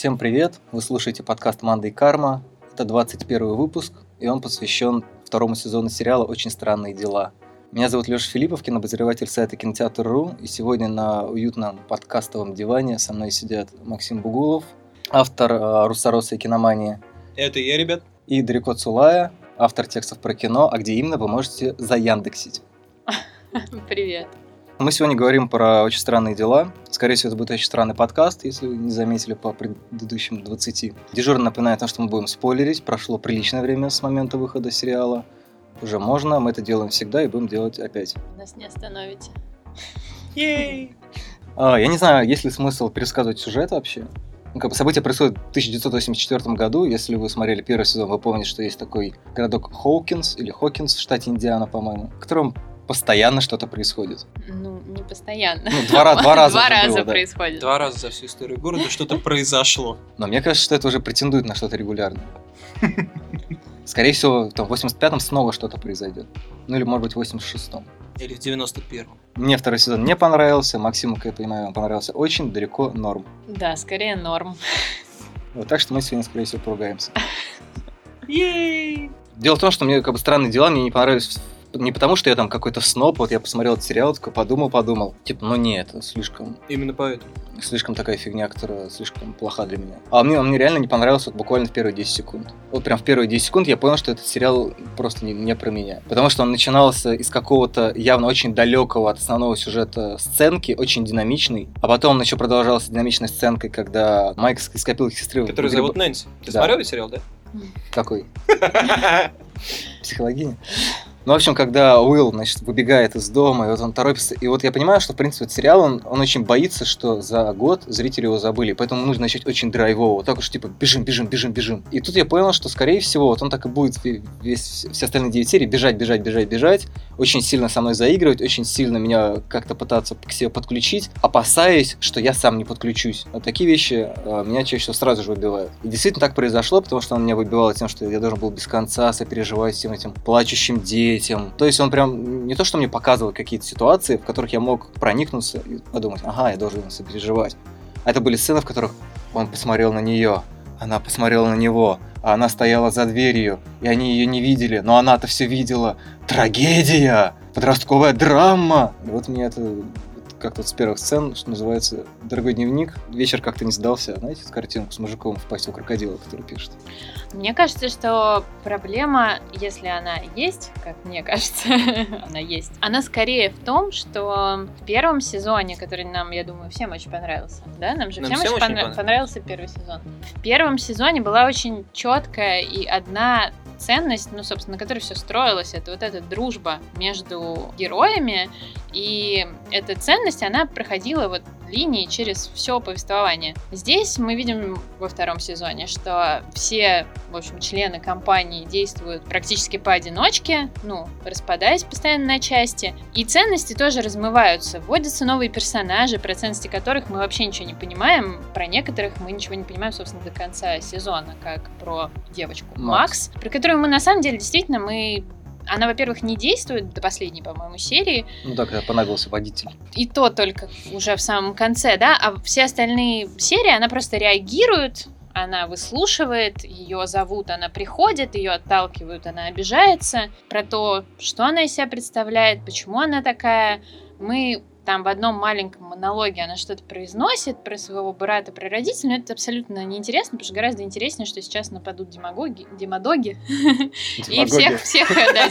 Всем привет! Вы слушаете подкаст «Манда и Карма». Это 21 выпуск, и он посвящен второму сезону сериала «Очень странные дела». Меня зовут Леша Филиппов, кинообозреватель сайта Кинотеатр.ру, и сегодня на уютном подкастовом диване со мной сидят Максим Бугулов, автор «Руссороса и киномании». Это я, ребят. И Дарико Цулая, автор текстов про кино, а где именно вы можете заяндексить. Привет. Мы сегодня говорим про «Очень странные дела». Скорее всего, это будет очень странный подкаст, если вы не заметили по предыдущим 20. Дежурно напоминаю о том, что мы будем спойлерить. Прошло приличное время с момента выхода сериала. Уже можно, мы это делаем всегда и будем делать опять. Нас не остановите. Ей! Я не знаю, есть ли смысл пересказывать сюжет вообще. События происходят в 1984 году. Если вы смотрели первый сезон, вы помните, что есть такой городок Хоукинс, или Хокинс в штате Индиана, по-моему, в котором постоянно что-то происходит. Ну, не постоянно. Два раза Два раза было, происходит. 2 раза за всю историю города что-то произошло. Но мне кажется, что это уже претендует на что-то регулярное. Скорее всего, в 85-м снова что-то произойдет. Ну или, может быть, в 86-м. Или в 91-м. Мне второй сезон не понравился, Максиму, как я понимаю, он понравился очень, далеко норм. Да, скорее норм. Вот, так что мы сегодня, скорее всего, поругаемся. Ей! Дело в том, что мне странные дела мне не понравились не потому, что я там какой-то сноб, вот я посмотрел этот сериал, такой подумал. Типа, ну нет, это Именно поэтому. слишком такая фигня, которая слишком плоха для меня. А мне реально не понравилось вот буквально в первые 10 секунд. Вот прям в первые 10 секунд я понял, что этот сериал просто не про меня. Потому что он начинался из какого-то явно очень далекого от основного сюжета сценки, очень динамичный. А потом он еще продолжался динамичной сценкой, когда Майк из копилки сестры... Который зовут Нэнси. Ты смотрел этот сериал, да? Какой? Психологиня? Ну, в общем, когда Уилл, значит, выбегает из дома, и вот он торопится, и вот я понимаю, что, в принципе, этот сериал, он очень боится, что за год зрители его забыли, поэтому нужно начать очень драйвово, вот так уж, типа, бежим. И тут я понял, что, скорее всего, вот он так и будет все остальные 9 серий бежать, очень сильно со мной заигрывать, очень сильно меня как-то пытаться к себе подключить, опасаясь, что я сам не подключусь. Вот такие вещи меня чаще всего сразу же выбивают. И действительно так произошло, потому что он меня выбивал тем, что я должен был без конца сопереживать всем этим плачущим детям. То есть он прям не то, что мне показывал какие-то ситуации, в которых я мог проникнуться и подумать, ага, я должен сопереживать. А это были сцены, в которых он посмотрел на нее, она посмотрела на него, а она стояла за дверью, и они ее не видели, но она-то все видела. Трагедия! Подростковая драма! И вот мне это как-то с первых сцен, что называется, «Дорогой дневник», вечер как-то не сдался. Знаете, эту картинку с мужиком в пасти у крокодила, который пишет? Мне кажется, что проблема, если она есть, как мне кажется, она есть, она скорее в том, что в первом сезоне, который нам, я думаю, всем очень понравился, да? Нам всем очень понравился первый сезон. В первом сезоне была очень четкая и одна ценность, ну, собственно, на которой все строилось, это вот эта дружба между героями, и эта ценность, она проходила вот линии через все повествование. Здесь мы видим во втором сезоне, что все, в общем, члены компании действуют практически поодиночке, ну, распадаясь постоянно на части, и ценности тоже размываются, вводятся новые персонажи, про ценности которых мы вообще ничего не понимаем, про некоторых мы ничего не понимаем, собственно, до конца сезона, как про девочку Макс, про которую мы, на самом деле, действительно, она, во-первых, не действует до последней, по-моему, серии. Ну да, когда понадобился водитель. И то только уже в самом конце, да, а все остальные серии, она просто реагирует, она выслушивает, ее зовут, она приходит, ее отталкивают, она обижается. Про то, что она из себя представляет, почему она такая, мы... Там в одном маленьком монологе она что-то произносит про своего брата, про родителей, но это абсолютно неинтересно, потому что гораздо интереснее, что сейчас нападут демагоги, и всех, да,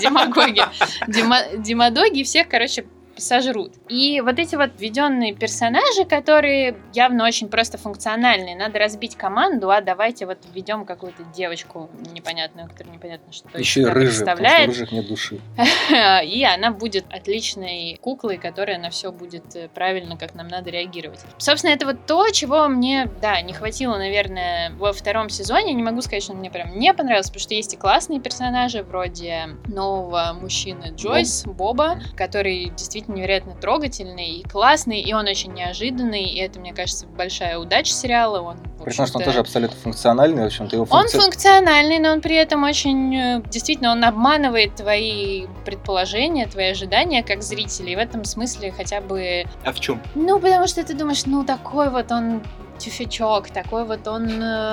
демагоги, всех, короче, сожрут. И вот эти вот введенные персонажи, которые явно очень просто функциональные, надо разбить команду, а давайте вот введем какую-то девочку непонятную, которая непонятно что еще и рыжая, потому что у рыжих нет души. И она будет отличной куклой, которая на все будет правильно, как нам надо реагировать. Собственно, это вот то, чего мне, да, не хватило, наверное, во втором сезоне. Не могу сказать, что мне прям не понравилось, потому что есть и классные персонажи, вроде нового мужчины Джойс, Боба, который действительно невероятно трогательный и классный, и он очень неожиданный, и это, мне кажется, большая удача сериала. При том, что он тоже абсолютно функциональный, в общем-то его Он функциональный, но он при этом очень, действительно, он обманывает твои предположения, твои ожидания как зрителей, и в этом смысле хотя бы... А в чем? Ну, потому что ты думаешь, ну, такой вот он тюфячок, такой вот он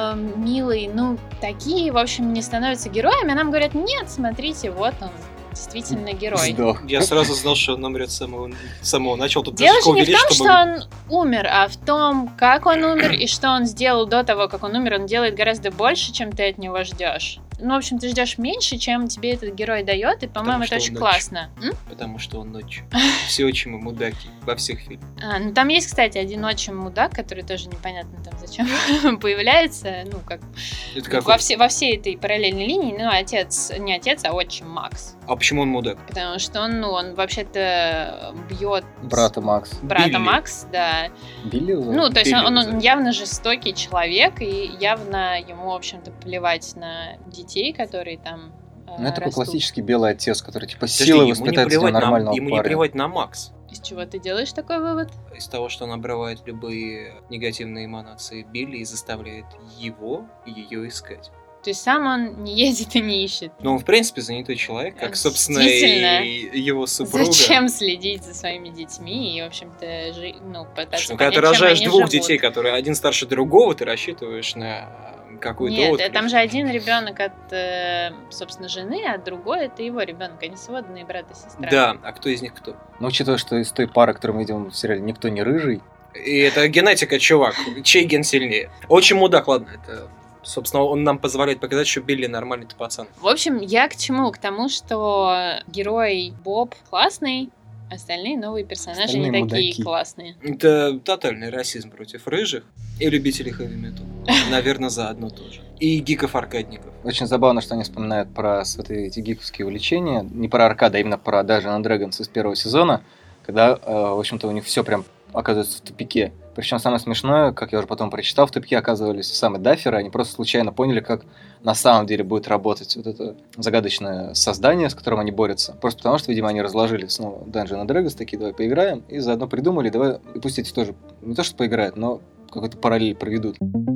милый. Ну, такие, в общем, не становятся героями. А нам говорят, нет, смотрите, вот он. Действительно герой. Сдох. Я сразу знал, что он умрет с самого начала. Тут Дело даже же не в увеличить, том, чтобы- что он умер, а в том, как он умер и что он сделал до того, как он умер. Он делает гораздо больше, чем ты от него ждешь. Ну, в общем, ты ждешь меньше, чем тебе этот герой дает, и, по-моему, Потому это что очень он классно. Потому что он ночью. Все отчимы мудаки во всех фильмах. Ну там есть, кстати, один отчим мудак, который тоже непонятно там зачем появляется, ну, как Это как во всей этой параллельной линии, ну, отец, не отец, а отчим Макс. А почему он мудак? Потому что он вообще-то бьет Брата Макс. брата Билли. Макс, да. Билли его зовут? Ну, то есть Билли он назовем. явно жестокий человек, и явно ему, в общем-то, плевать на детей, которые там Ну, это такой растут. классический белый отец, который типа Подожди, силой ему не воспитает из него плевать на, нормального ему не парня. плевать на Макс. Из чего ты делаешь такой вывод? Из того, что он обрывает любые негативные эманации Билли и заставляет его и ее искать. То есть сам он не едет и не ищет. Но он, в принципе, занятой человек, как, собственно, Действительно. и его супруга. Зачем следить за своими детьми и, в общем-то, пытаться Ну, понять, когда ты чем рожаешь они двух живут? детей, которые один старше другого, ты рассчитываешь на какой-то Нет, отклик. там же один ребенок от, собственно, жены, а другой это его ребенок, они сводные брат и сестра. Да, а кто из них кто? Но учитывая, что из той пары, которую мы видим в сериале, никто не рыжий, И это генетика, чувак. Чей ген сильнее? Очень мудак, ладно, это... Собственно, он нам позволяет показать, что Билли нормальный-то пацан. В общем, я к чему? К тому, что герой Боб классный, остальные новые персонажи Остальные не такие мудаки. классные. Это тотальный расизм против рыжих и любителей хэви-метал. Наверное, заодно тоже. И гиков-аркадников. очень забавно, что они вспоминают про эти гиковские увлечения, не про аркады, а именно про Dungeons and Dragons из первого сезона, когда, в общем-то, у них все прям оказывается в тупике. Причем самое смешное, как я уже потом прочитал, в тупике оказывались самые даферы, они просто случайно поняли, как на самом деле будет работать вот это загадочное создание, с которым они борются. Просто потому, что, видимо, они разложили снова Dungeons and Dragons, такие, давай поиграем, и заодно придумали, давай, и пусть эти тоже не то что поиграют, но какой-то параллель проведут.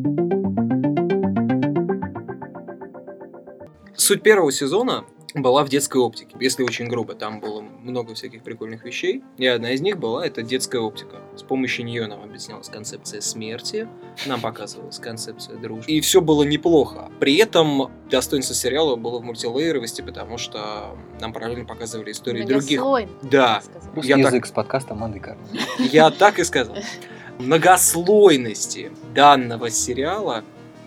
Суть первого сезона была в детской оптике, если очень грубо. Там было много всяких прикольных вещей. И одна из них была это детская оптика. С помощью нее нам объяснялась концепция смерти, нам показывалась концепция дружбы. И все было неплохо. При этом достоинство сериала было в мультилейеровости, потому что нам параллельно показывали истории других. Многослойный, Да. я сказала. Просто Я язык с подкаста Манды Карл. Я так и сказал. Многослойности данного сериала.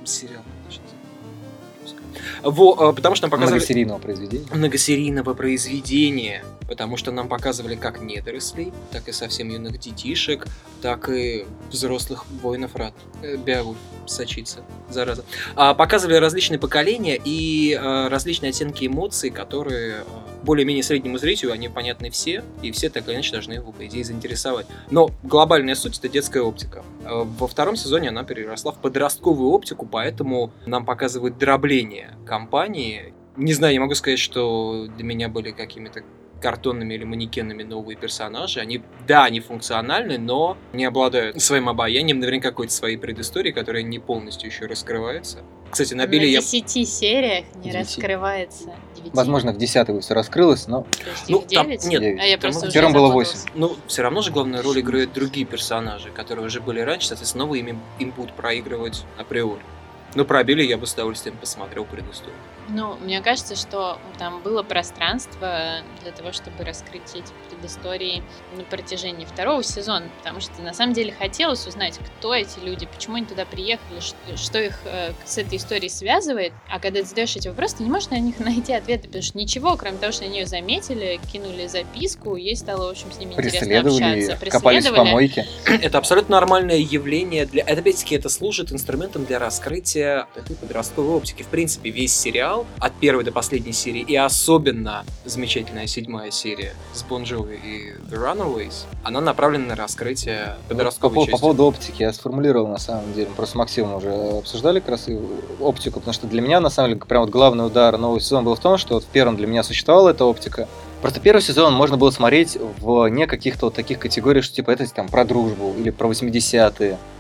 Потому что нам показывали Многосерийного произведения. многосерийного произведения, потому что нам показывали как недорослей, так и совсем юных детишек, так и взрослых воинов рад. Беовульф сочится, зараза. Показывали различные поколения и различные оттенки эмоций, которые более-менее среднему зрителю, они понятны все, и все так или иначе должны его, по идее, заинтересовать. Но глобальная суть — это детская оптика. Во втором сезоне она переросла в подростковую оптику, поэтому нам показывают дробление компании. Не знаю, не могу сказать, что для меня были какими-то картонными или манекенами новые персонажи. Они функциональны, но не обладают своим обаянием, наверняка какой-то своей предысторией, которая не полностью еще раскрывается. Кстати, на Билли я... 10 сериях не 9. раскрывается. 9. Возможно, в 10-й все раскрылось, но Подожди, Ну, в там- 9? нет, А я там просто в уже первом было запуталась. 8. Ну, все равно же главную роль играют другие персонажи, которые уже были раньше, соответственно, снова им будут проигрывать априори. Но про Билли я бы с удовольствием посмотрел предысторию. Ну, мне кажется, что там было пространство для того, чтобы раскрыть эти предыстории на протяжении второго сезона, потому что на самом деле хотелось узнать, кто эти люди, почему они туда приехали, что их с этой историей связывает. А когда ты задаешь эти вопросы, ты не можешь на них найти ответы, потому что ничего, кроме того, что они ее заметили, кинули записку, ей стало, в общем, с ними интересно преследовали, общаться. копались в помойке. Это абсолютно нормальное явление. Опять-таки, это служит инструментом для раскрытия такой подростковой оптики. В принципе, весь сериал от первой до последней серии, и особенно замечательная 7-я серия с Бон Джови и The Runaways, она направлена на раскрытие подростковой По части. поводу оптики я сформулировал на самом деле. Просто с Максимом уже обсуждали как раз и оптику, потому что для меня, на самом деле, прям вот главный удар нового сезона был в том, что вот в первом для меня существовала эта оптика. Просто первый сезон можно было смотреть в не каких-то вот таких категориях, что типа это там про дружбу или про 80-е.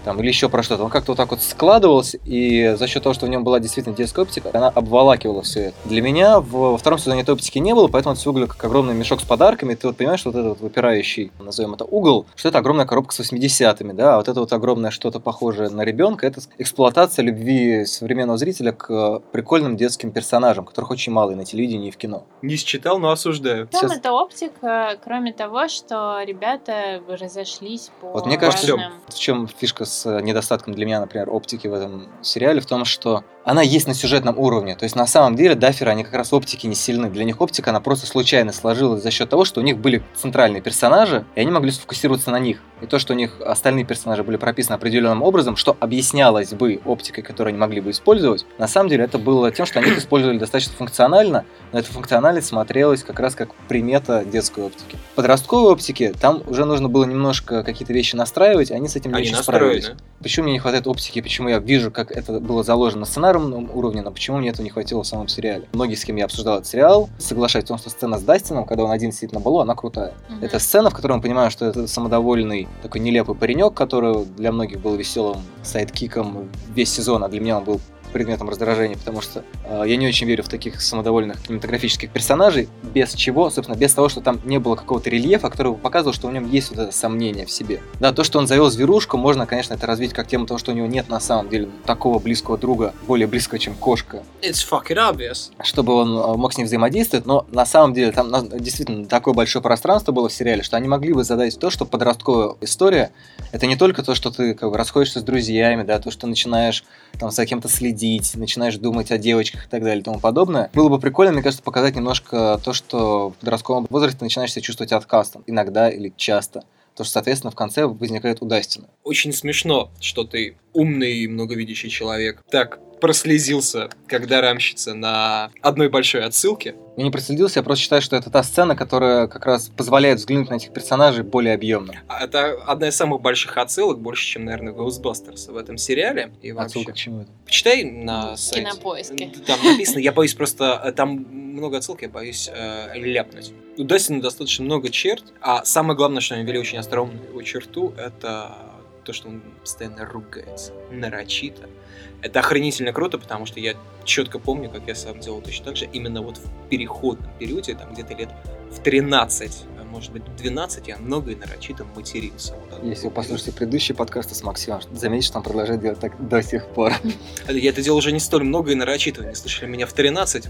там, или еще про что-то. Он как-то вот так вот складывался, и за счет того, что в нем была действительно детская оптика, она обволакивала все это. Для меня во втором сезоне этой оптики не было, поэтому это все выглядело как огромный мешок с подарками. И ты вот понимаешь, что вот этот вот выпирающий, назовем это угол, что это огромная коробка с 80-ми, да, а вот это вот огромное что-то похожее на ребенка, это эксплуатация любви современного зрителя к прикольным детским персонажам, которых очень мало и на телевидении, и в кино. Не считал, но осуждаю. Там это оптика, кроме того, что ребята разошлись по Вот мне кажется, разным... в чем фишка с недостатком для меня, например, оптики в этом сериале, в том, что она есть на сюжетном уровне. То есть на самом деле дафферы, они как раз оптики не сильны. Для них оптика, она просто случайно сложилась за счет того, что у них были центральные персонажи, и они могли сфокусироваться на них. И то, что у них остальные персонажи были прописаны определенным образом, что объяснялось бы оптикой, которую они могли бы использовать, на самом деле это было тем, что они их использовали достаточно функционально, но эта функциональность смотрелась как раз как примета детской оптики. В подростковой оптике там уже нужно было немножко какие-то вещи настраивать, и они с этим не очень справились. Почему мне не хватает оптики, почему я вижу, как это было заложено на сценарном уровне, но почему мне этого не хватило в самом сериале. Многие, с кем я обсуждал этот сериал, соглашаются в том, что сцена с Дастином, когда он один сидит на балу, она крутая. Это сцена, в которой мы понимаем, что это самодовольный, такой нелепый паренек, который для многих был веселым сайдкиком весь сезон, а для меня он был предметом раздражения, потому что я не очень верю в таких самодовольных кинематографических персонажей, без чего, собственно, без того, что там не было какого-то рельефа, который бы показывал, что в нем есть вот это сомнение в себе. Да, то, что он завел зверушку, можно, конечно, это развить как тему того, что у него нет на самом деле такого близкого друга, более близкого, чем кошка. It's fucking obvious. Чтобы он мог с ним взаимодействовать, но на самом деле там действительно такое большое пространство было в сериале, что они могли бы задать то, что подростковая история — это не только то, что ты как бы расходишься с друзьями, да, то, что начинаешь там за кем-то следить, начинаешь думать о девочках и так далее и тому подобное. Было бы прикольно, мне кажется, показать немножко то, что в подростковом возрасте ты начинаешь себя чувствовать откастом. Иногда или часто. То, что, соответственно, в конце возникает у Дастина. Очень смешно, что ты умный и многовидящий человек так прослезился, когда рамщится на одной большой отсылке. Я не проследился, я просто считаю, что это та сцена, которая как раз позволяет взглянуть на этих персонажей более объемно. Это одна из самых больших отсылок, больше, чем, наверное, Ghostbusters в этом сериале. И Отсылка к чему это? Почитай на сайте. Кинопоиске. Там написано, я боюсь просто, там много отсылок, я боюсь ляпнуть. У Дастина достаточно много черт, а самое главное, что они ввели очень остроумную его черту, это то, что он постоянно ругается, нарочито. Это охренительно круто, потому что я четко помню, как я сам делал точно так же. Именно вот в переходном периоде, там где-то лет в 13, может быть, 12, я много и нарочито матерился. Вот если вы послушаете предыдущие подкасты с Максимом, заметите, что он продолжает делать так до сих пор. Я это делал уже не столь много и нарочито. Вы не слышали меня в 13?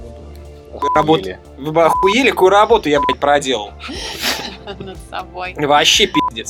Охуели. Вы бы охуели, какую работу я, блядь, проделал. Над собой. Вообще пиздец.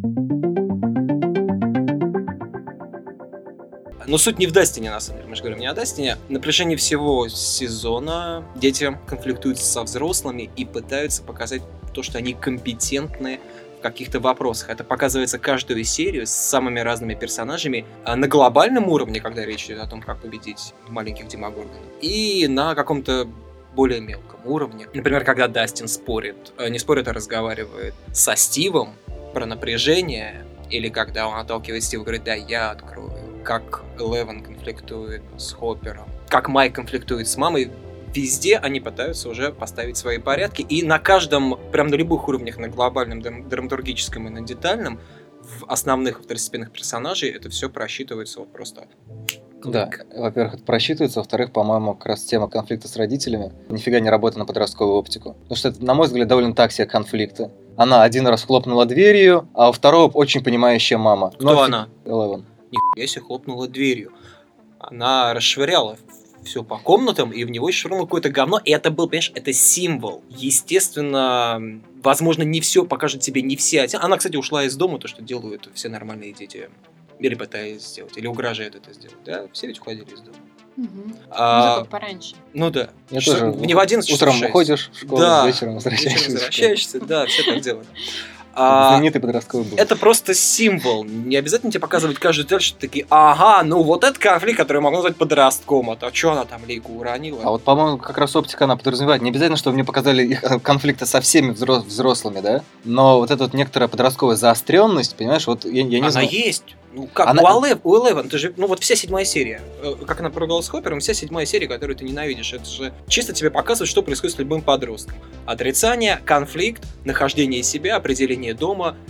Но суть не в Дастине, на самом деле. Мы же говорим не о Дастине. На протяжении всего сезона дети конфликтуют со взрослыми и пытаются показать то, что они компетентны в каких-то вопросах. Это показывается каждую серию с самыми разными персонажами на глобальном уровне, когда речь идет о том, как победить маленьких демагоргов, и на каком-то более мелком уровне. Например, когда Дастин спорит, не спорит, а разговаривает со Стивом про напряжение, или когда он отталкивает Стива и говорит, да, я открою. Как Элевен конфликтует с Хоппером, как Майк конфликтует с мамой. Везде они пытаются уже поставить свои порядки. И на каждом, прям на любых уровнях, на глобальном, драматургическом и на детальном, в основных второстепенных персонажей это все просчитывается вот просто. Да, во-первых, это просчитывается, во-вторых, по-моему, как раз тема конфликта с родителями нифига не работает на подростковую оптику. Потому что это, на мой взгляд, довольно так себе конфликты. Она один раз хлопнула дверью, а у второго очень понимающая мама. Кто она? Элевен. Нихуя себе хлопнула дверью. Она расшвыряла все по комнатам, и в него швырнуло какое-то говно. И это был, понимаешь, это символ. Естественно, возможно, не все покажет тебе, не все. Она, кстати, ушла из дома, то, что делают все нормальные дети. Или пытаясь сделать, или угрожают это сделать. Да, все ведь уходили из дома. Только пораньше. Ну да. Я тоже не в 11 часов. Утром уходишь в школу, да. вечером возвращаешься. Да, все так делают. Знаменитый подростковый был. Это просто символ. Не обязательно тебе показывать каждую деталь, что такие, ага, ну вот этот конфликт, который могу назвать подростком, а то что она там лейку уронила? А вот, по-моему, как раз оптика она подразумевает. Не обязательно, чтобы мне показали их конфликты со всеми взрослыми, да? Но вот эта вот некоторая подростковая заостренность, понимаешь, вот я не знаю. Она есть. Ну, как у Элевен, ты же, ну вот вся 7-я серия, как она поругалась с Хоппером, вся 7-я серия, которую ты ненавидишь, это же чисто тебе показывает, что происходит с любым подростком. Отрицание, конфликт, нахождение себя, определение дома,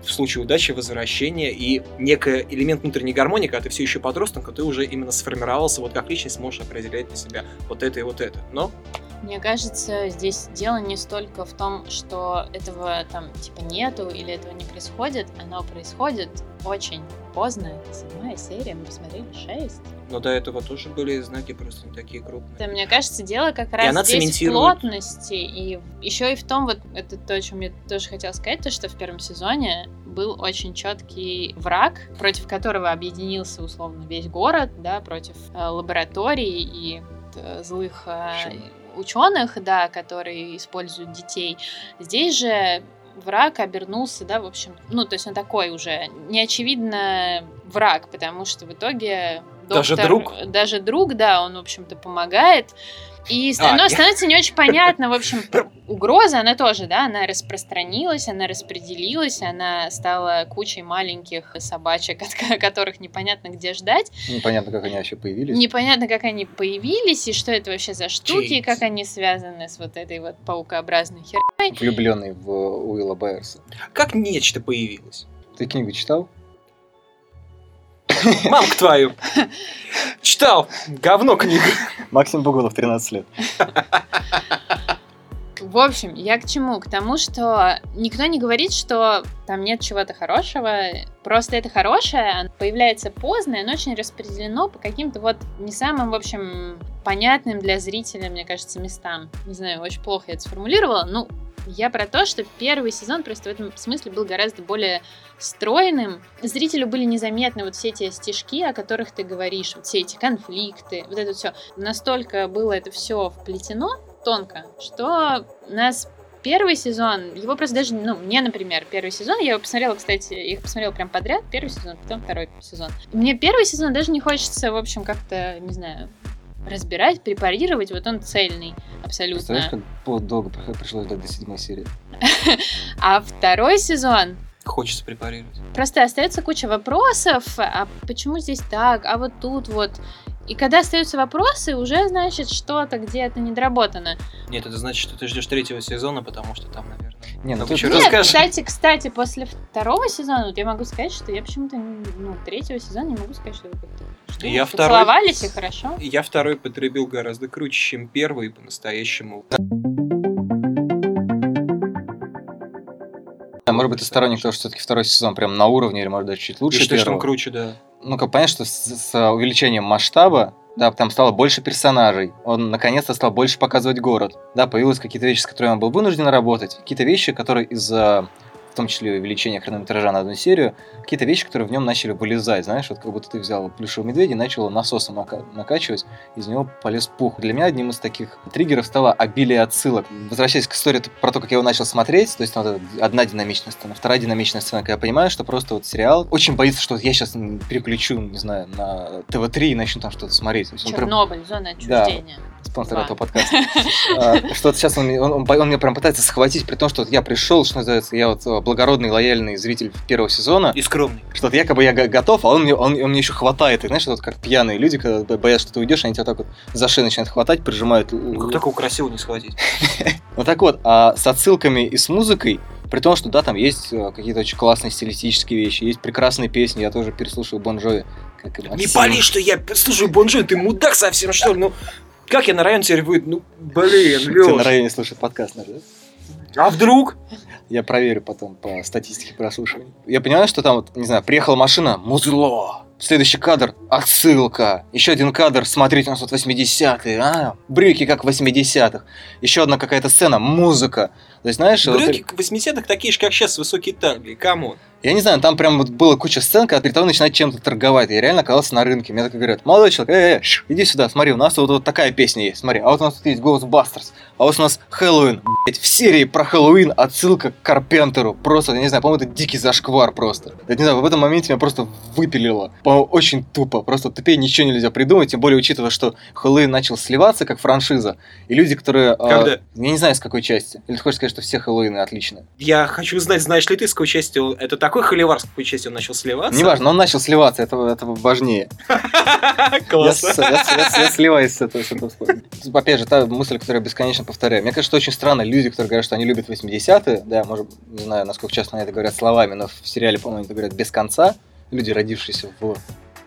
в случае удачи возвращение и некий элемент внутренней гармонии, когда ты все еще подросток, а ты уже именно сформировался, вот как личность можешь определять для себя вот это и вот это. Но мне кажется, здесь дело не столько в том, что этого там типа нету или этого не происходит, оно происходит очень поздно. Это 7-я серия, мы посмотрели 6. но до этого тоже были знаки просто не такие крупные. Да, мне кажется, дело как она раз здесь в цементирует. плотности и еще и в том, вот это то, о чем я тоже хотела сказать, то, что в первом сезоне был очень четкий враг, против которого объединился условно весь город, да, против лабораторий и злых ученых, да, которые используют детей. Здесь же враг обернулся, да, в общем, ну, то есть он такой уже неочевидно враг, потому что в итоге даже друг, да, он, в общем-то, помогает. И становится не очень понятно, в общем, угроза, она тоже, да, она распространилась, она распределилась, она стала кучей маленьких собачек, от которых непонятно где ждать. Непонятно, как они вообще появились. Непонятно, как они появились, и что это вообще за штуки, и как они связаны с вот этой вот паукообразной херней. Влюбленный в Уилла Байерса. Как нечто появилось. Ты книгу читал? Мамку твою! Читал! Говно книгу! Максим Бугулов, 13 лет. В общем, я к чему? К тому, что никто не говорит, что там нет чего-то хорошего. Просто это хорошее, оно появляется поздно, и оно очень распределено по каким-то вот не самым, в общем, понятным для зрителя, мне кажется, местам. Не знаю, очень плохо я это сформулировала. Ну, я про то, что первый сезон просто в этом смысле был гораздо более стройным. Зрителю были незаметны вот все эти стишки, о которых ты говоришь, вот все эти конфликты, вот это все. Настолько было это все вплетено тонко, что нас первый сезон, его просто даже, ну, мне, например, первый сезон, я его посмотрела, кстати, их посмотрела прям подряд, первый сезон, потом второй сезон. Мне первый сезон даже не хочется, в общем, как-то, не знаю, разбирать, препарировать, вот он цельный, абсолютно. Представляешь, как долго пришлось ждать до 7-й серии? А второй сезон... Хочется препарировать. Просто остается куча вопросов, а почему здесь так, а вот тут вот... И когда остаются вопросы, уже, значит, что-то где-то недоработано. Нет, это значит, что ты ждешь третьего сезона, потому что там, наверное... Не, ну Нет, кстати, после второго сезона, вот я могу сказать, что я почему-то, ну, третьего сезона не могу сказать, что вы как-то... Поцеловались и хорошо. Я второй потребил гораздо круче, чем первый, по-настоящему. Может быть, ты сторонник того, что все-таки второй сезон прям на уровне, или, может, даже чуть лучше. Я считаю, что он круче, да. Ну, как понятно, что с увеличением масштаба, да, там стало больше персонажей, он наконец-то стал больше показывать город, да, появились какие-то вещи, с которыми он был вынужден работать, какие-то вещи, которые из-за, в том числе, увеличения хронометража на одну серию, какие-то вещи, которые в нем начали вылезать, знаешь, вот как будто ты взял плюшевого медведя и начал его насосом накачивать, из него полез пух. Для меня одним из таких триггеров стало обилие отсылок. Возвращаясь к истории про то, как я его начал смотреть, то есть вот одна динамичная сцена, вторая динамичная сцена, когда я понимаю, что просто вот сериал очень боится, что вот я сейчас переключу, не знаю, на ТВ-3 и начну там что-то смотреть. Чернобыль, зона отчуждения. Да, спонсор этого подкаста. Что сейчас он меня прям пытается схватить, при том, что я пришел, что называется, я вот благородный, лояльный зритель первого сезона. И скромный. Что вот якобы я готов, а он мне еще хватает. И знаешь, вот как пьяные люди, когда боятся, что ты уйдешь, они тебя так вот за шею начинают хватать, прижимают. Как такого красиво не схватить? Ну так вот, а с отсылками и с музыкой, при том, что да, там есть какие-то очень классные стилистические вещи, есть прекрасные песни, я тоже переслушал Бон Джови. Не пали, что я слушаю Бон Джови, ты мудак совсем, что ли? Ну, как я на районе теперь выйду? Ну, блин, Лёш. Ты на районе слушаешь подкаст наш, да? А вдруг? Я проверю потом по статистике прослушивания. Я понимаю, что там, вот, не знаю, приехала машина, музло. Следующий кадр – отсылка. Еще один кадр – смотрите, у нас вот 80-е, брюки как в 80-х. Еще одна какая-то сцена – музыка. То есть, знаешь... Брюки в 80-х такие же, как сейчас, высокие талии, камон. Я не знаю, там прям вот была куча сцен, когда перед тобой начинают чем-то торговать. Я реально оказался на рынке. Мне так говорят: молодой человек, иди сюда, смотри, у нас вот такая песня есть. Смотри, а вот у нас тут есть Ghostbusters, а вот у нас Хэллоуин. Блять, в серии про Хэллоуин отсылка к Карпентеру. Просто, я не знаю, по-моему, это дикий зашквар просто. Я не знаю, в этом моменте меня просто выпилило. По-моему, очень тупо. Просто тупее ничего нельзя придумать, тем более учитывая, что Хэллоуин начал сливаться как франшиза. И люди, которые... Когда? Я не знаю, с какой части. Или ты хочешь сказать, что все Хэллоуины отличные. Я хочу знать, знаешь ли ты, с какой части он... Это такой холивар, с какой части он начал сливаться? Неважно, но он начал сливаться, это важнее. Классно. Я сливаюсь с этого. Опять же, та мысль, которую я бесконечно повторяю. Мне кажется, очень странно люди, которые говорят, что они любят 80-е, да, может, не знаю, насколько часто они это говорят словами, но в сериале, по-моему, это говорят без конца. Люди, родившиеся в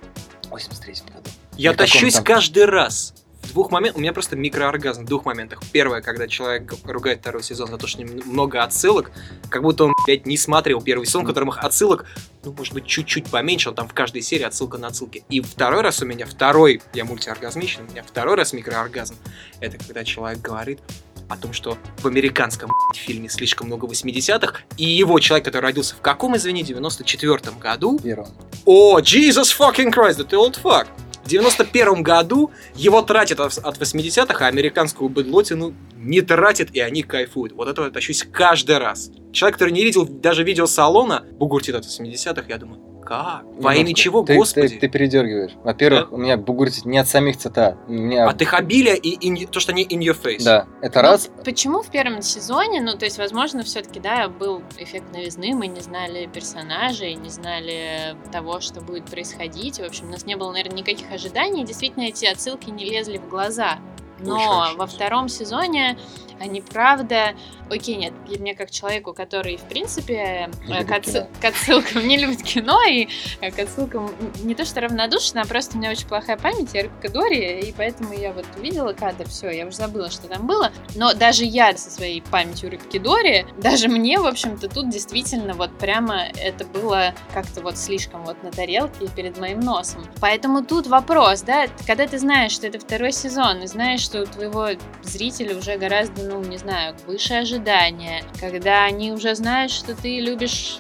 83-м году. Я тащусь каждый раз. В двух моментах, у меня просто микрооргазм в двух моментах. Первое, когда человек ругает второй сезон за то, что много отсылок, как будто он, блядь, не смотрел первый сезон, в котором отсылок, ну, может быть, чуть-чуть поменьше, там в каждой серии отсылка на отсылки. И второй раз у меня, я мультиоргазмичный, у меня второй раз микрооргазм. Это когда человек говорит о том, что в американском фильме слишком много 80-х, и его человек, который родился в каком, извини, 94-м году? Первым. О, Jesus fucking Christ, that old fuck! В 91-м году его тратят от 80-х, а американскую быдлотину не тратят, и они кайфуют. Вот этого я тащусь каждый раз. Человек, который не видел даже видеосалона, бугуртит от 80-х, я думаю, как? Во имя чего, Господи? Ты передергиваешь. Во-первых, у меня бугуртит не от самих цитат. От их обилия и то, что они in your face. Да, это раз. Почему в первом сезоне, ну, то есть, возможно, все-таки, да, был эффект новизны, мы не знали персонажей, не знали того, что будет происходить. В общем, у нас не было, наверное, никаких ожиданий. Действительно, эти отсылки не лезли в глаза. Но во втором сезоне они, правда... Окей, нет, мне как человеку, который, в принципе, к отсылкам не любит кино, и к отсылкам не то что равнодушна, а просто у меня очень плохая память, я рыбка Дори, и поэтому я вот увидела кадр, все, я уже забыла, что там было. Но даже я со своей памятью рыбки Дори, даже мне, в общем-то, тут действительно вот прямо это было как-то вот слишком вот на тарелке перед моим носом. Поэтому тут вопрос, да, когда ты знаешь, что это второй сезон, и знаешь, что у твоего зрителя уже гораздо, ну, не знаю, выше ожидания, когда они уже знают, что ты любишь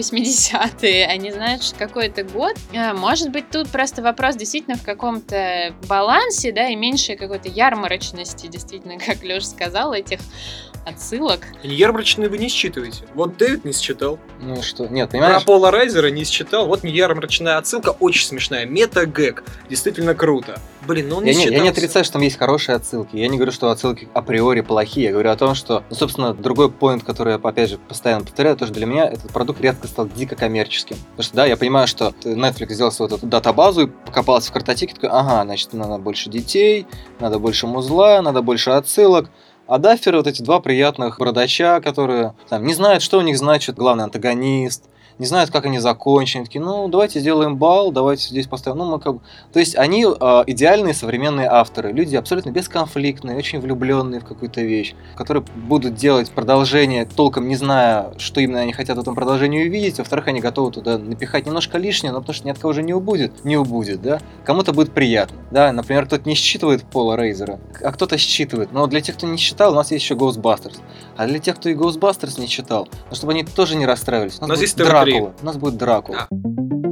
80-е, они знают, что какой это год. Может быть, тут просто вопрос действительно в каком-то балансе, да, и меньшей какой-то ярмарочности, действительно, как Лёша сказал, этих отсылок. Ярмарочные вы не считываете. Вот Дэвид не считал. Ну что, нет, понимаешь? Про Пола Райзера не считал. Вот не ярмарочная отсылка, очень смешная. Мета-гэг. Действительно круто. Блин, ну он не считался. Я не отрицаю, что там есть хорошие отсылки. Я не говорю, что отсылки априори плохие. Я говорю о том, что, ну, собственно, другой поинт, который я, опять же, постоянно повторяю, то, что для меня этот продукт резко стал дико коммерческим. Потому что, да, я понимаю, что Netflix сделал свою эту датабазу и покопался в картотеке, такой, ага, значит, надо больше детей, надо больше музла, надо больше отсылок. А дафферы, вот эти два приятных бородача, которые там не знают, что у них значит главный антагонист, не знают, как они закончены, такие, ну, давайте сделаем бал, давайте здесь поставим, ну, мы как бы... То есть они идеальные современные авторы, люди абсолютно бесконфликтные, очень влюбленные в какую-то вещь, которые будут делать продолжение, толком не зная, что именно они хотят в этом продолжении увидеть, во-вторых, они готовы туда напихать немножко лишнее, но потому что ни от кого уже не убудет, да, кому-то будет приятно, да, например, кто-то не считывает Пола Рейзера, а кто-то считывает, но для тех, кто не считал, у нас есть еще Ghostbusters, а для тех, кто и Ghostbusters не читал, ну, чтобы они тоже не расстраивались, у нас есть Дракула. У нас будет Дракула. Да.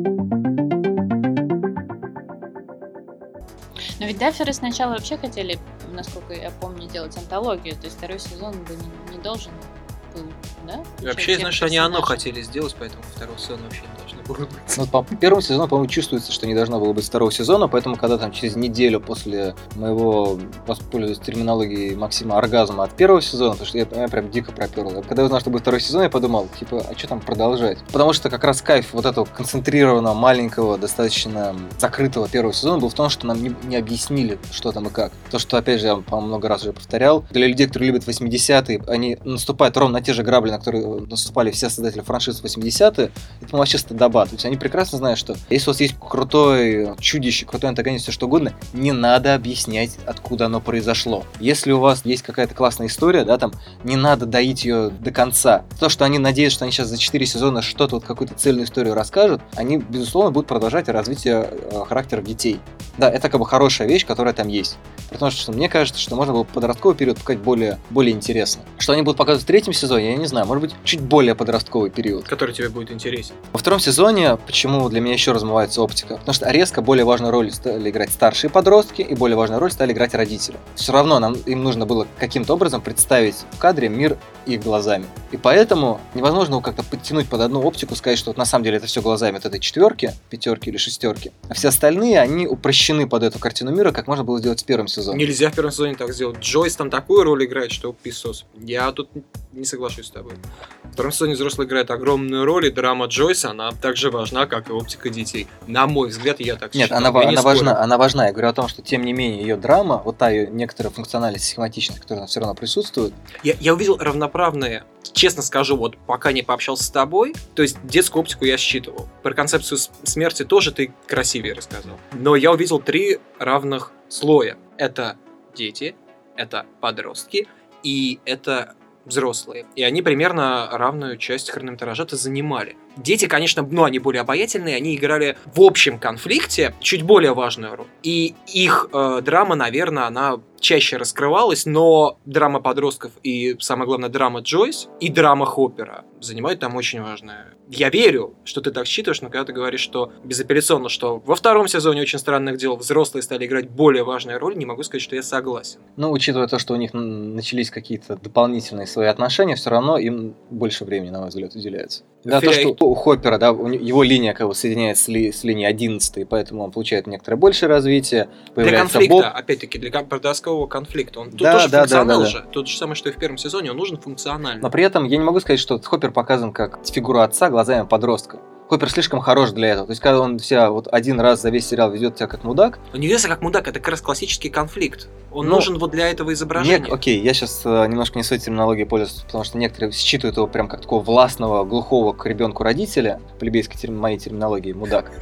Но ведь дафферы сначала вообще хотели, насколько я помню, делать антологию. То есть второй сезон бы не должен был, да? Вообще, знаешь, они оно хотели сделать, поэтому второго сезона вообще не должно было быть. Ну, по первому сезону, по-моему, чувствуется, что не должно было быть второго сезона, поэтому, когда там через неделю после моего, воспользуюсь терминологией Максима, оргазма от первого сезона, потому что я прям дико пропёрло. Когда я узнал, что будет второй сезон, я подумал, типа, а что там продолжать? Потому что как раз кайф вот этого концентрированного, маленького, достаточно закрытого первого сезона был в том, что нам не объяснили, что там и как. То, что, опять же, я, по-моему, много раз уже повторял, для людей, которые любят 80-е, они наступают ровно на те же грабли, на которые наступали все создатели франшиз в 80-е, это вообще стыдоба. То есть они прекрасно знают, что если у вас есть крутой чудище, крутой антагонист, все что угодно, не надо объяснять, откуда оно произошло. Если у вас есть какая-то классная история, да, там, не надо доить ее до конца. То, что они надеются, что они сейчас за 4 сезона что-то, вот какую-то цельную историю расскажут, они, безусловно, будут продолжать развитие характеров детей. Да, это как бы хорошая вещь, которая там есть. Потому что мне кажется, что можно было подростковый период показать более интересно. Что они будут показывать в третьем сезоне, я не знаю, может быть, чуть более подростковый период. Который тебе будет интересен. Во втором сезоне, почему для меня еще размывается оптика? Потому что резко более важную роль стали играть старшие подростки, и более важную роль стали играть родители. Все равно им нужно было каким-то образом представить в кадре мир их глазами. И поэтому невозможно его как-то подтянуть под одну оптику, сказать, что вот на самом деле это все глазами от этой четверки, пятерки или шестерки. А все остальные, они упрощены под эту картину мира, как можно было сделать в первом сезоне. сезоне. Нельзя в первом сезоне так сделать. Джойс там такую роль играет, что писос. Я тут не соглашусь с тобой. В втором сезоне взрослый играет огромную роль, и драма Джойса, она так же важна, как и оптика детей. На мой взгляд, я так Нет, считаю. она важна. Я говорю о том, что тем не менее ее драма, вот та ее некоторая функциональность, схематичность, которая все равно присутствует. Я увидел равноправные, честно скажу, вот пока не пообщался с тобой, то есть детскую оптику я считывал. Про концепцию смерти тоже ты красивее рассказал. Но я увидел 3 равных слоя. Это дети, это подростки и это взрослые. И они примерно равную часть хронометража-то занимали. Дети, конечно, они более обаятельные, они играли в общем конфликте чуть более важную роль. И их драма, наверное, она чаще раскрывалась, но драма подростков и, самое главное, драма Джойс и драма Хоппера занимают там очень важное. Я верю, что ты так считаешь, но когда ты говоришь, что безапелляционно, что во втором сезоне «Очень странных дел» взрослые стали играть более важную роль, не могу сказать, что я согласен. Ну, учитывая то, что у них начались какие-то дополнительные свои отношения, все равно им больше времени, на мой взгляд, уделяется. Да, то, что у Хоппера, да, его линия как бы соединяется с линией 11, поэтому он получает некоторое большее развитие. Для конфликта, опять-таки, для подросткового конфликта. Он тут тоже функционал же. Тот же самое, что и в первом сезоне, он нужен функционально. Но при этом я не могу сказать, что Хоппер показан как фигура отца глазами подростка. Хоппер слишком хорош для этого. То есть, когда он себя вот один раз за весь сериал ведет себя как мудак... Он не ведет себя как мудак, это как раз классический конфликт. Он нужен вот для этого изображения. Окей, я сейчас немножко не своей терминологией пользуюсь, потому что некоторые считывают его прям как такого властного, глухого к ребенку родителя, плебейской моей терминологии, мудак.